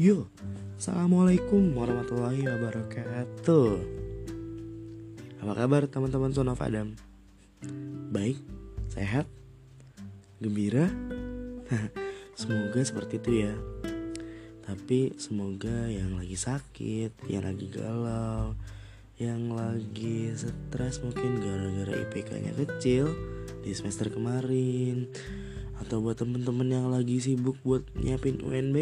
Yo, assalamualaikum warahmatullahi wabarakatuh. Apa kabar teman-teman Son of Adam? Baik, sehat, gembira. Semoga seperti itu ya. Tapi semoga yang lagi sakit, yang lagi galau, yang lagi stres mungkin gara-gara IPK-nya kecil di semester kemarin, atau buat temen-temen yang lagi sibuk buat nyiapin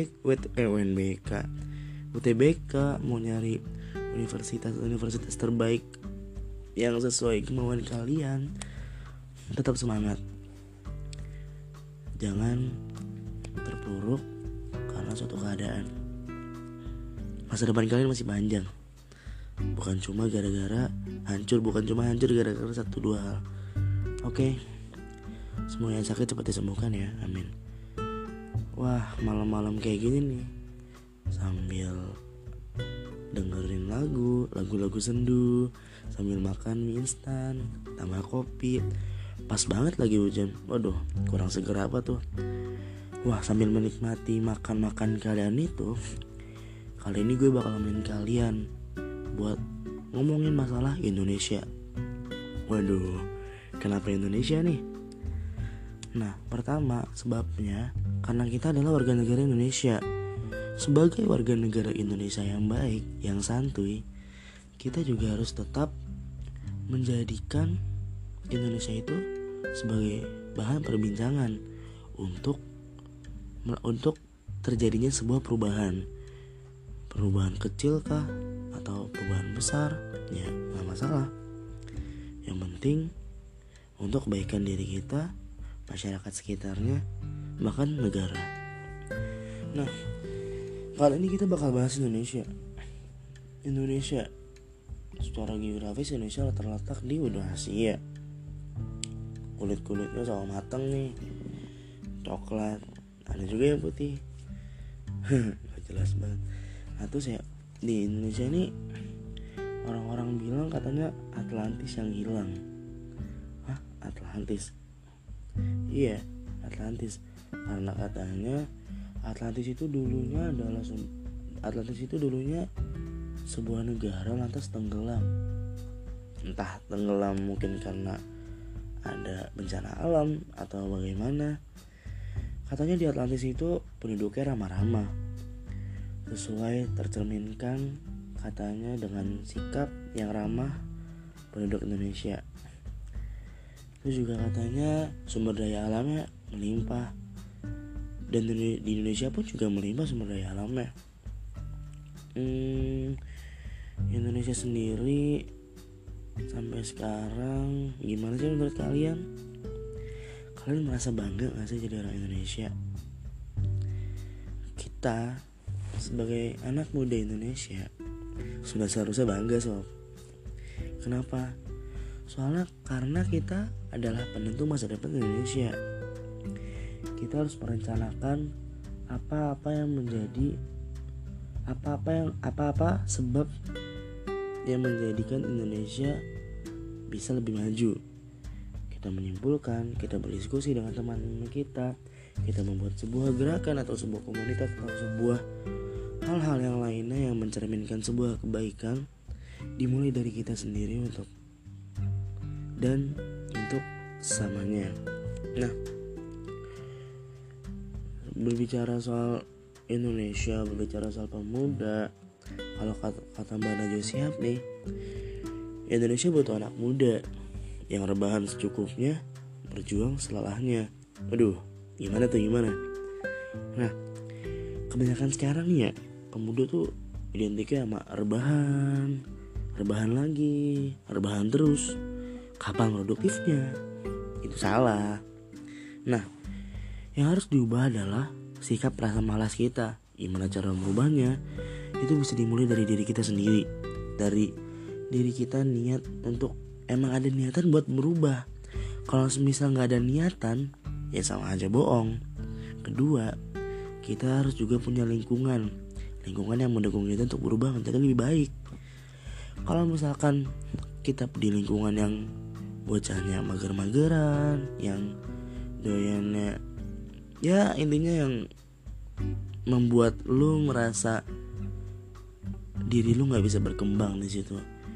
UTBK, mau nyari universitas terbaik yang sesuai kemauan kalian, tetap semangat. Jangan terpuruk karena suatu keadaan. Masa depan kalian masih panjang. Bukan cuma hancur gara-gara satu dua hal. Oke. Semua yang sakit cepat disembuhkan ya, amin. Wah, malam-malam kayak gini nih, sambil dengerin lagu sendu, sambil makan mie instan, tambah kopi. Pas banget lagi hujan. Waduh, kurang seger apa tuh. Wah, sambil menikmati makan-makan kalian itu, kali ini gue bakal nemenin kalian buat ngomongin masalah Indonesia. Waduh, kenapa Indonesia nih? Nah, pertama sebabnya karena kita adalah warga negara Indonesia. Sebagai warga negara Indonesia yang baik, yang santuy, kita juga harus tetap menjadikan Indonesia itu sebagai bahan perbincangan untuk terjadinya sebuah perubahan. Perubahan kecil kah atau perubahan besar? Ya, gak masalah. Yang penting untuk kebaikan diri kita, masyarakat sekitarnya, bahkan negara. Nah, kali ini kita bakal bahas Indonesia. Secara geografis Indonesia terletak di benua Asia. Kulit-kulitnya sama matang nih, coklat, ada juga yang putih. Gak jelas banget. Nah, terus ya, di Indonesia ini orang-orang bilang katanya Atlantis yang hilang. Hah? Atlantis? Iya, Atlantis. Karena katanya Atlantis itu dulunya sebuah negara lantas tenggelam. Entah tenggelam mungkin karena ada bencana alam atau bagaimana. Katanya di Atlantis itu penduduknya ramah-ramah, sesuai tercerminkan katanya dengan sikap yang ramah penduduk Indonesia. Itu juga katanya sumber daya alamnya melimpah. Dan di Indonesia pun juga melimpah sumber daya alamnya. Indonesia sendiri sampai sekarang gimana sih menurut kalian? Kalian merasa bangga gak sih jadi orang Indonesia? Kita sebagai anak muda Indonesia sudah seharusnya bangga sob. Kenapa? Soalnya karena kita adalah penentu masa depan Indonesia. Kita harus merencanakan apa sebab yang menjadikan Indonesia bisa lebih maju. Kita menyimpulkan, kita berdiskusi dengan teman-teman kita membuat sebuah gerakan atau sebuah komunitas atau sebuah hal-hal yang lainnya yang mencerminkan sebuah kebaikan, dimulai dari kita sendiri untuk sesamanya. Nah, berbicara soal Indonesia, berbicara soal pemuda, kalau kata Mbak Najwa Shihab nih, Indonesia butuh anak muda yang rebahan secukupnya, berjuang selalahnya. Aduh, gimana? Nah, kebanyakan sekarang nih ya, pemuda tuh identiknya sama rebahan lagi, rebahan terus. Kapan produktifnya? Itu salah. Nah, yang harus diubah adalah sikap rasa malas kita. Gimana cara merubahnya? Itu bisa dimulai dari diri kita sendiri. Dari diri kita niat untuk emang ada niatan buat merubah. Kalau semisal gak ada niatan, ya sama aja bohong. Kedua, kita harus juga punya lingkungan yang mendukung kita untuk berubah menjadi lebih baik. Kalau misalkan kita di lingkungan yang bocahnya mager-mageran, yang doyannya ya intinya yang membuat lu merasa diri lu nggak bisa berkembang di situ.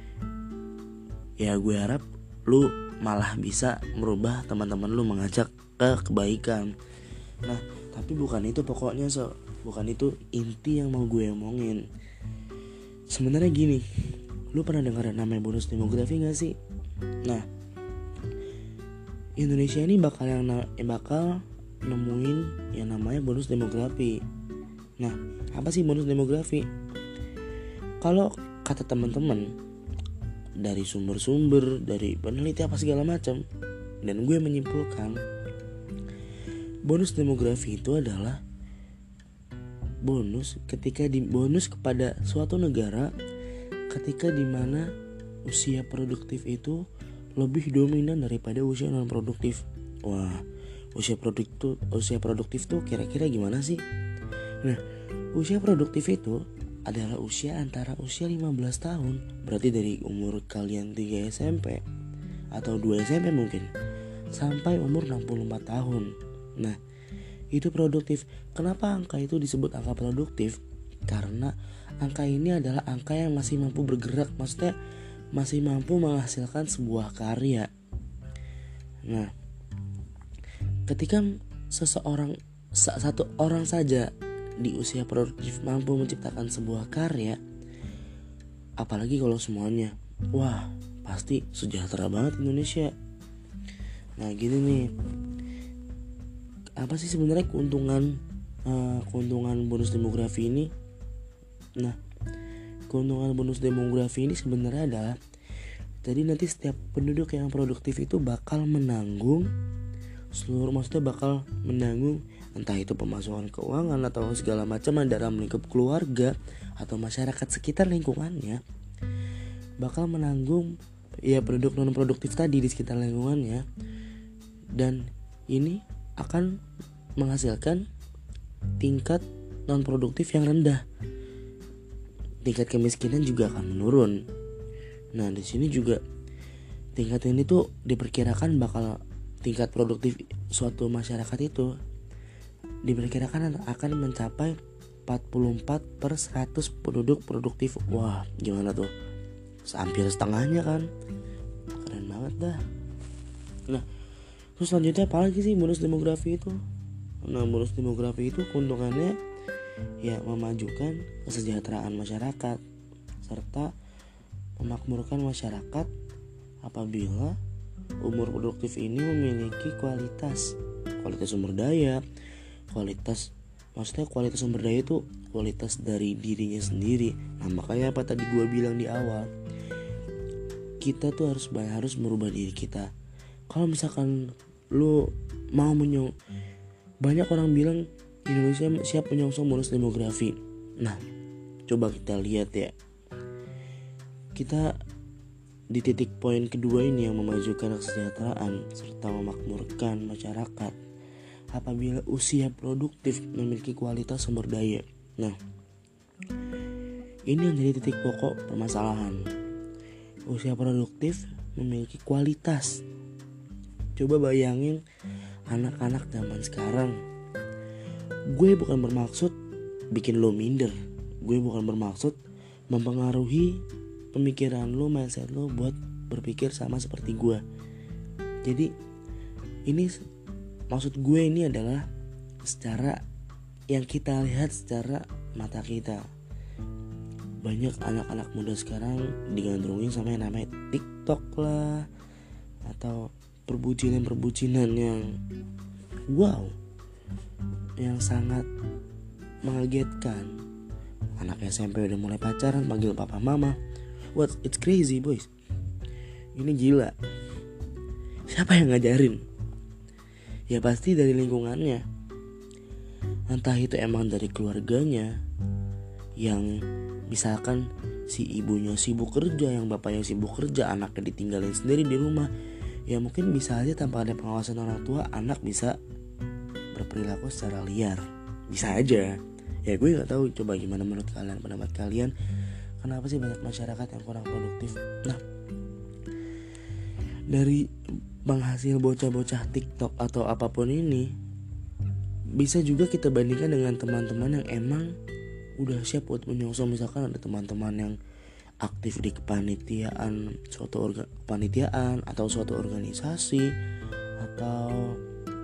Ya gue harap lu malah bisa merubah teman-teman lu, mengajak ke kebaikan. Nah tapi bukan itu pokoknya, bukan itu inti yang mau gue omongin. Sebenarnya gini, lu pernah dengar namanya bonus demografi gak sih? Nah Indonesia ini bakal nemuin yang namanya bonus demografi. Nah apa sih bonus demografi? Kalau kata teman-teman dari sumber-sumber, dari peneliti apa segala macam, dan gue menyimpulkan bonus demografi itu adalah bonus kepada suatu negara ketika dimana usia produktif itu lebih dominan daripada usia non produktif. Wah, usia produktif tuh kira-kira gimana sih? Nah, usia produktif itu adalah usia antara usia 15 tahun, berarti dari umur kalian 3 SMP atau 2 SMP mungkin, sampai umur 64 tahun. Nah, itu produktif. Kenapa angka itu disebut angka produktif? Karena angka ini adalah angka yang masih mampu bergerak, maksudnya masih mampu menghasilkan sebuah karya. Nah, ketika satu orang saja di usia produktif mampu menciptakan sebuah karya, apalagi kalau semuanya, wah pasti sejahtera banget Indonesia. Nah gini nih, apa sih sebenarnya keuntungan bonus demografi ini? Nah keuntungan bonus demografi ini sebenarnya adalah, jadi nanti setiap penduduk yang produktif itu bakal menanggung entah itu pemasukan keuangan atau segala macam dalam lingkup keluarga atau masyarakat sekitar lingkungannya, bakal menanggung ya penduduk non produktif tadi di sekitar lingkungannya, dan ini akan menghasilkan tingkat non produktif yang rendah. Tingkat kemiskinan juga akan menurun. Nah di sini juga tingkat ini tuh diperkirakan tingkat produktif suatu masyarakat itu diperkirakan akan mencapai 44/100 penduduk produktif. Wah gimana tuh, hampir setengahnya kan, keren banget dah. Nah terus selanjutnya apa lagi sih bonus demografi itu? Nah bonus demografi itu keuntungannya ya memajukan kesejahteraan masyarakat serta memakmurkan masyarakat apabila umur produktif ini memiliki kualitas sumber daya. Kualitas sumber daya itu kualitas dari dirinya sendiri. Nah makanya apa tadi gue bilang di awal, kita tuh harus merubah diri kita. Kalau misalkan lu mau banyak orang bilang Indonesia siap menyongsong bonus demografi. Nah coba kita lihat ya, kita di titik poin kedua ini yang memajukan kesejahteraan serta memakmurkan masyarakat apabila usia produktif memiliki kualitas sumber daya. Nah ini yang jadi titik pokok permasalahan. Usia produktif memiliki kualitas. Coba bayangin anak-anak zaman sekarang. Gue bukan bermaksud bikin lo minder, gue bukan bermaksud mempengaruhi pemikiran lo, mindset lo buat berpikir sama seperti gue. Jadi ini maksud gue ini adalah secara yang kita lihat secara mata kita. Banyak anak-anak muda sekarang digandrungin sama yang namanya TikTok lah, atau perbucinan yang wow, yang sangat mengagetkan. Anak SMP udah mulai pacaran, panggil papa mama. It's crazy boys. Ini gila. Siapa yang ngajarin? Ya pasti dari lingkungannya. Entah itu emang dari keluarganya, yang misalkan si ibunya sibuk kerja, yang bapaknya sibuk kerja, anaknya ditinggalin sendiri di rumah. Ya mungkin bisa aja tanpa ada pengawasan orang tua, anak bisa berperilaku secara liar. Bisa aja. Ya gue gak tahu, coba gimana menurut kalian, pendapat kalian. Kenapa sih banyak masyarakat yang kurang produktif? Nah, dari penghasil bocah-bocah TikTok atau apapun ini, bisa juga kita bandingkan dengan teman-teman yang emang udah siap buat menyongsong. Misalkan ada teman-teman yang aktif di kepanitiaan kepanitiaan atau suatu organisasi atau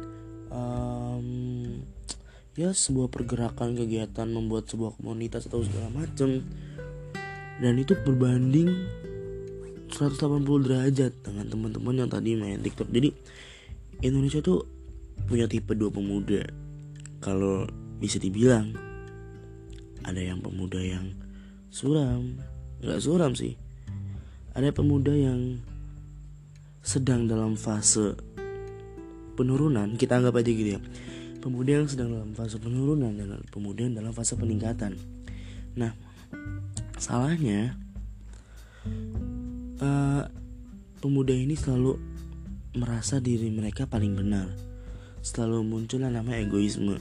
ya sebuah pergerakan, kegiatan, membuat sebuah komunitas atau segala macam, dan itu berbanding 180 derajat dengan teman-teman yang tadi main TikTok. Jadi Indonesia tuh punya tipe 2 pemuda. Kalau bisa dibilang ada yang pemuda yang suram, nggak suram sih, ada pemuda yang sedang dalam fase penurunan, kita anggap aja gitu ya, pemuda yang sedang dalam fase penurunan dan pemuda yang dalam fase peningkatan. Nah, salahnya pemuda ini selalu merasa diri mereka paling benar, selalu muncullah namanya egoisme.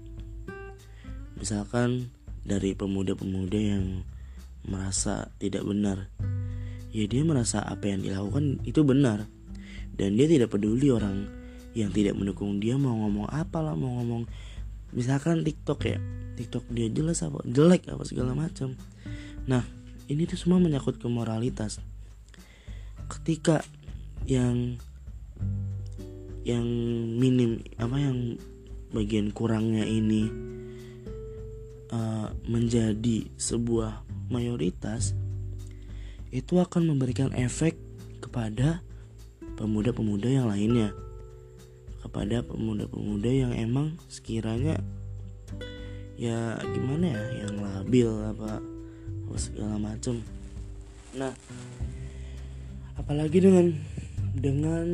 Misalkan dari pemuda-pemuda yang merasa tidak benar, ya dia merasa apa yang dilakukan itu benar, dan dia tidak peduli orang yang tidak mendukung dia mau ngomong apalah, mau ngomong misalkan TikTok ya, TikTok dia jelas apa jelek apa segala macam. Nah, ini tuh semua menyangkut ke moralitas. Ketika yang minim yang bagian kurangnya ini menjadi sebuah mayoritas, itu akan memberikan efek kepada pemuda-pemuda yang lainnya, kepada pemuda-pemuda yang emang sekiranya ya gimana ya, yang labil apa segala macam. Nah, apalagi dengan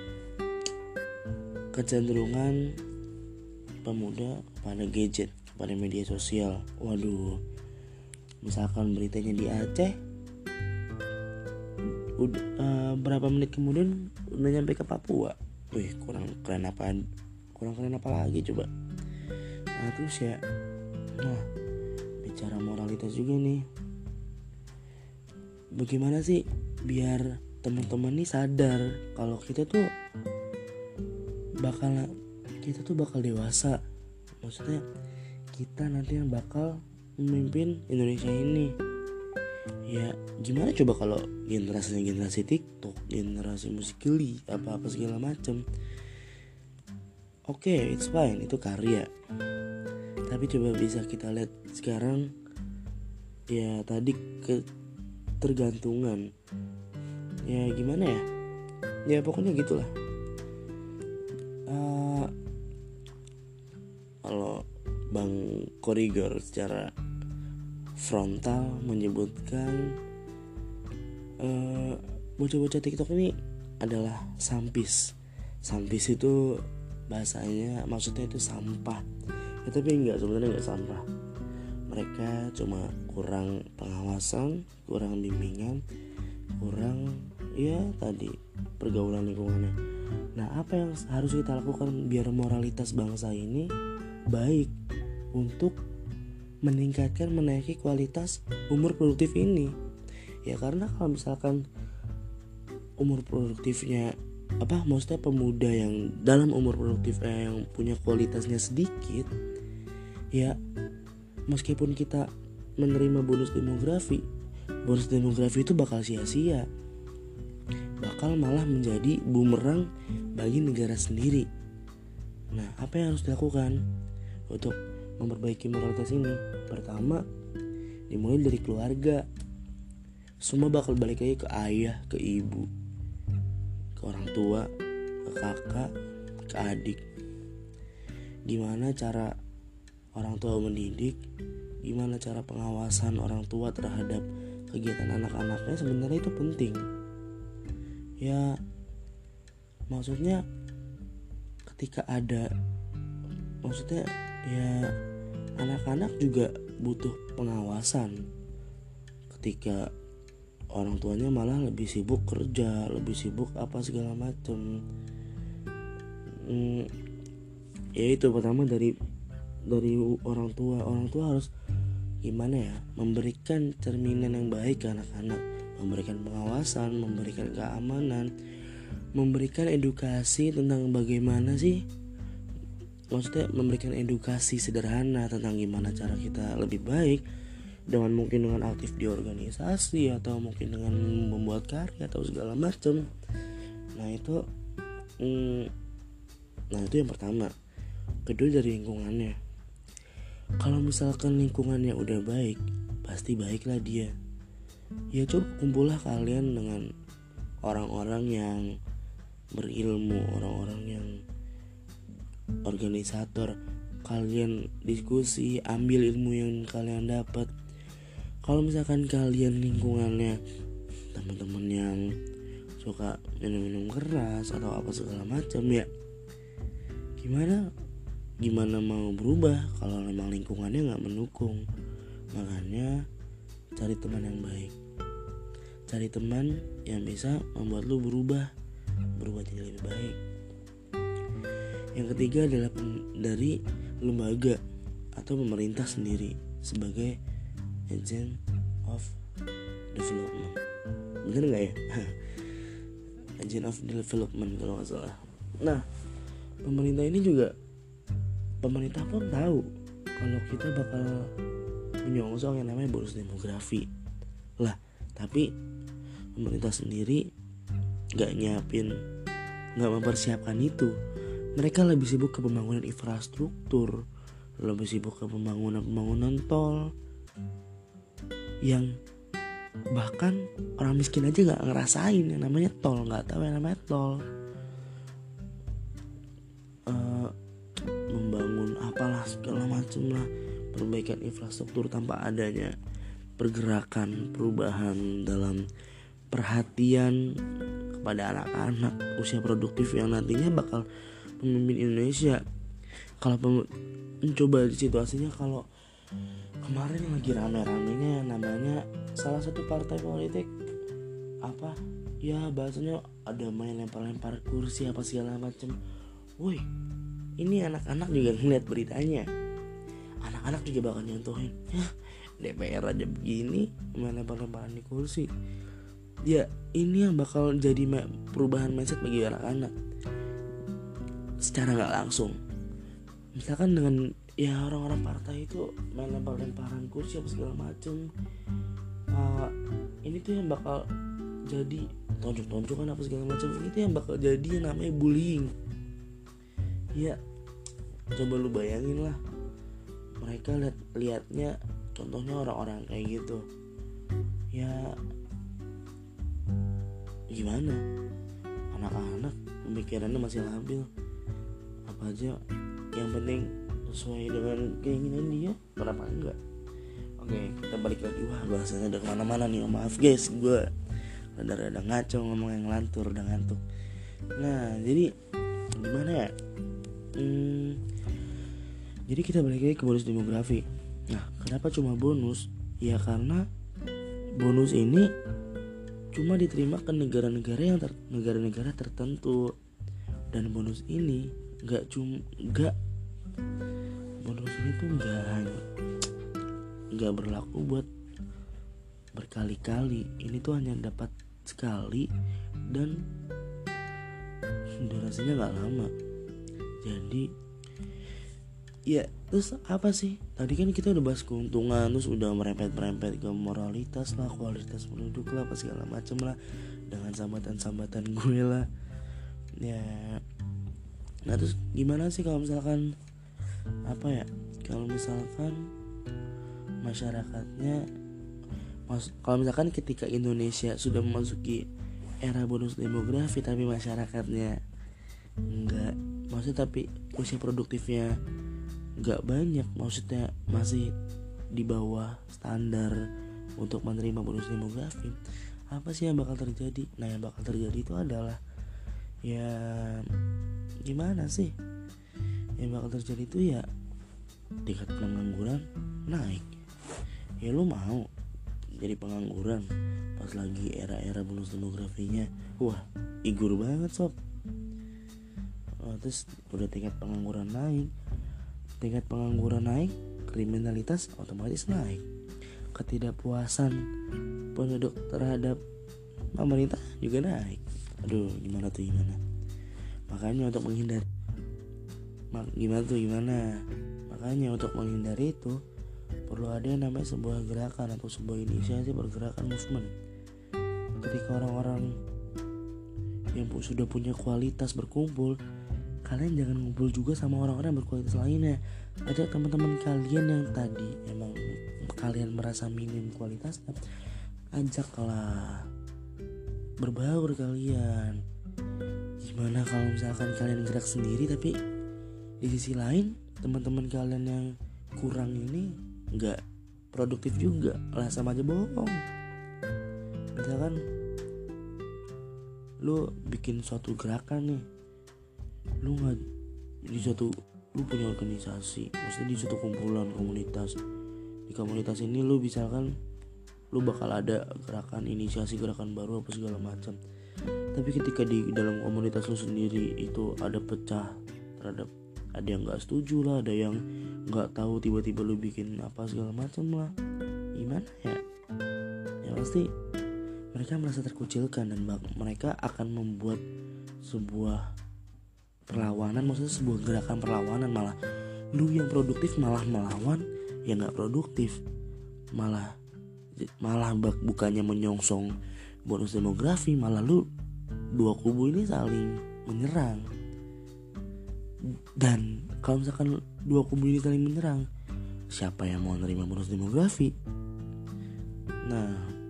kecenderungan pemuda pada gadget, pada media sosial. Waduh, misalkan beritanya di Aceh, berapa menit kemudian udah nyampe ke Papua. Wih, kurang keren apa lagi coba. Nah terus ya, bicara moralitas juga nih, bagaimana sih biar teman-teman nih sadar kalau kita tuh bakal dewasa. Maksudnya kita nanti yang bakal memimpin Indonesia ini. Ya gimana coba kalau generasi TikTok, generasi musikali, apa segala macam. Oke, it's fine, itu karya. Tapi coba bisa kita lihat sekarang, ya tadi ketergantungan. Ya gimana ya? Ya pokoknya gitulah. Kalau Bang Korigor secara frontal menyebutkan bocah-bocah TikTok ini adalah sampis. Sampis itu bahasanya maksudnya itu sampah. Ya, tapi sebenarnya enggak sampah. Mereka cuma kurang pengawasan, kurang bimbingan, kurang ya tadi pergaulan lingkungannya. Nah, apa yang harus kita lakukan biar moralitas bangsa ini baik untuk menaiki kualitas umur produktif ini? Ya karena kalau misalkan umur produktifnya maksudnya pemuda yang dalam umur produktif yang punya kualitasnya sedikit, ya meskipun kita menerima bonus demografi itu bakal sia-sia, bakal malah menjadi bumerang bagi negara sendiri. Nah, apa yang harus dilakukan untuk memperbaiki moralitas ini? Pertama, dimulai dari keluarga. Semua bakal balik lagi ke ayah, ke ibu, ke orang tua, ke kakak, ke adik. Gimana cara orang tua mendidik, gimana cara pengawasan orang tua terhadap kegiatan anak-anaknya, sebenarnya itu penting. Ya maksudnya ketika ada, maksudnya ya anak-anak juga butuh pengawasan. Ketika orang tuanya malah lebih sibuk kerja, lebih sibuk apa segala macam. Ya itu pertama dari orang tua. Orang tua harus gimana ya, memberikan cerminan yang baik ke anak-anak, memberikan pengawasan, memberikan keamanan, memberikan edukasi tentang bagaimana sih maksudnya memberikan edukasi sederhana tentang gimana cara kita lebih baik, dengan mungkin dengan aktif di organisasi atau mungkin dengan membuat karya atau segala macam. Nah itu yang pertama. Kedua dari lingkungannya. Kalau misalkan lingkungannya udah baik, pasti baiklah dia. Ya coba kumpullah kalian dengan orang-orang yang berilmu, orang-orang yang organisator. Kalian diskusi, ambil ilmu yang kalian dapat. Kalau misalkan kalian lingkungannya teman-teman yang suka minum-minum keras atau apa segala macam, ya gimana mau berubah kalau memang lingkungannya nggak mendukung. Makanya cari teman yang baik, cari teman yang bisa membuat lu berubah jadi lebih baik. Yang ketiga adalah dari lembaga atau pemerintah sendiri sebagai agent of development. Bener nggak ya? Agent of development kalau nggak salah. Nah, pemerintah pun tahu kalau kita bakal menyongsong yang namanya bonus demografi lah, tapi pemerintah sendiri nggak mempersiapkan itu. Mereka lebih sibuk ke pembangunan infrastruktur, lebih sibuk ke pembangunan tol, yang bahkan orang miskin aja nggak ngerasain yang namanya tol, nggak tahu yang namanya tol. Membangun apalah segala macam lah, perbaikan infrastruktur tanpa adanya pergerakan perubahan dalam perhatian kepada anak-anak usia produktif yang nantinya bakal memimpin Indonesia. Kalau mencoba di situasinya, kalau kemarin lagi rame-ramenya namanya salah satu partai politik apa ya, bahasanya ada main lempar-lempar kursi apa segala macam. Woi, ini anak-anak juga ngeliat beritanya, anak-anak juga bakal nyontohin. DPR aja begini, main lempar-lemparan di kursi. Ya ini yang bakal jadi perubahan mindset bagi anak-anak secara gak langsung. Misalkan dengan ya orang-orang partai itu main lempar-lemparan kursi apa segala macem, ini tuh yang bakal jadi tonjok-tonjokan apa segala macam. Ini tuh yang bakal jadi yang namanya bullying. Ya coba lu bayangin lah, mereka lihatnya contohnya orang-orang kayak gitu. Ya gimana, anak-anak pemikirannya masih labil, apa aja yang penting sesuai dengan keinginan dia, kenapa enggak. Oke, kita balik lagi. Wah bahasanya udah kemana-mana nih, maaf guys, gue rada-rada ngaco ngomong yang ngelantur, udah ngantuk. Nah jadi gimana ya, jadi kita balik lagi ke bonus demografi. Nah kenapa cuma bonus? Ya karena bonus ini cuma diterima ke negara-negara tertentu, dan bonus ini bonus ini tuh nggak berlaku buat berkali-kali. Ini tuh hanya dapat sekali dan durasinya nggak lama. Jadi ya terus apa sih, tadi kan kita udah bahas keuntungan, terus udah merempet ke moralitas lah, kualitas penduduk lah, apa segala macem lah, dengan sambatan gue lah ya. Nah terus gimana sih kalau misalkan kalau misalkan masyarakatnya, kalau misalkan ketika Indonesia sudah memasuki era bonus demografi tapi masyarakatnya enggak, maksudnya tapi usia produktifnya enggak banyak, maksudnya masih di bawah standar untuk menerima bonus demografi, apa sih yang bakal terjadi? Nah yang bakal terjadi itu adalah ya gimana sih, yang bakal terjadi itu ya tingkat pengangguran naik. Ya lu mau jadi pengangguran pas lagi era-era bonus demografinya? Wah igur banget sob. Terus udah tingkat pengangguran naik, kriminalitas otomatis naik, ketidakpuasan penduduk terhadap pemerintah juga naik. Aduh gimana. Makanya untuk Gimana? Makanya untuk menghindari itu perlu ada yang namanya sebuah gerakan atau sebuah inisiasi pergerakan movement. Ketika orang-orang yang sudah punya kualitas berkumpul, kalian jangan ngumpul juga sama orang-orang yang berkualitas lainnya. Ajak teman-teman kalian yang tadi emang kalian merasa minim kualitasnya, ajaklah berbaur kalian. Gimana kalau misalkan kalian gerak sendiri tapi di sisi lain teman-teman kalian yang kurang ini nggak produktif juga, lah sama aja bohong. Misalkan lu bikin suatu gerakan nih, lu punya organisasi, maksudnya di suatu kumpulan komunitas. Di komunitas ini lu misalkan lu bakal ada gerakan inisiasi gerakan baru apa segala macam. Tapi ketika di dalam komunitas lu sendiri itu ada pecah terhadap, ada yang nggak setuju lah, ada yang nggak tahu, tiba-tiba lu bikin apa segala macam lah, gimana ya? Ya pasti mereka merasa terkucilkan dan mereka akan membuat sebuah perlawanan, maksudnya sebuah gerakan perlawanan. Malah lu yang produktif malah melawan yang nggak produktif, malah bukannya menyongsong bonus demografi, malah lu dua kubu ini saling menyerang. Dan kalau misalkan dua kubu ini saling menyerang, siapa yang mau menerima bonus demografi? Nah,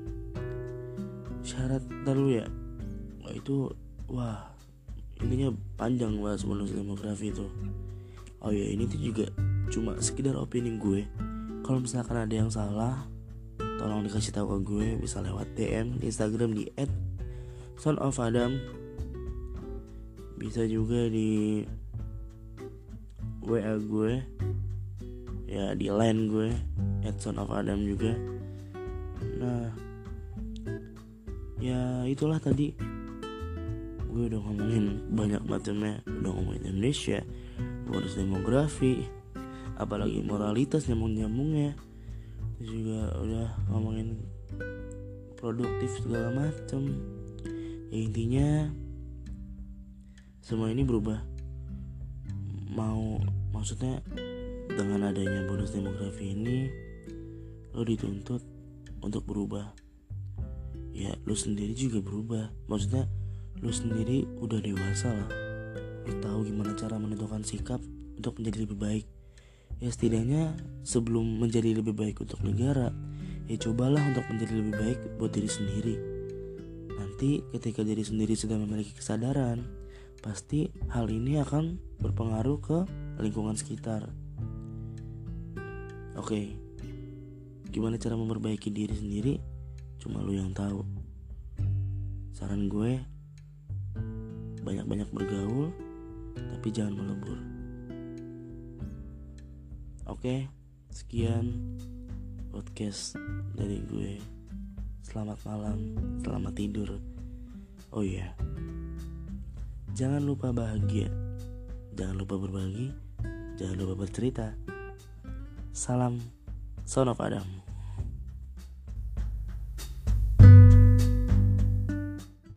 syarat dulu ya, itu ininya panjang bahas bonus demografi itu. Oh ya, ini tuh juga cuma sekedar opini gue. Kalau misalkan ada yang salah, tolong dikasih tahu ke gue, bisa lewat DM di Instagram di @sonofadam. Bisa juga di WA gue, ya di line gue @sonofadam juga. Nah, ya itulah tadi gue udah ngomongin banyak macamnya, udah ngomongin Indonesia, bonus demografi, apalagi moralitas nyambung-nyambungnya. Terus juga udah ngomongin produktif segala macam. Ya intinya semua ini berubah. Maksudnya dengan adanya bonus demografi ini, lo dituntut untuk berubah. Ya lo sendiri juga berubah. Maksudnya lo sendiri udah dewasa lah, lo tahu gimana cara menentukan sikap untuk menjadi lebih baik. Ya setidaknya sebelum menjadi lebih baik untuk negara, ya cobalah untuk menjadi lebih baik buat diri sendiri. Nanti ketika diri sendiri sudah memiliki kesadaran, pasti hal ini akan berpengaruh ke lingkungan sekitar. Oke, gimana cara memperbaiki diri sendiri? Cuma lu yang tahu. Saran gue, banyak-banyak bergaul, tapi jangan melebur. Oke, sekian podcast dari gue. Selamat malam, selamat tidur. Oh iya, jangan lupa bahagia, jangan lupa berbagi, jangan lupa bercerita. Salam Son of Adam.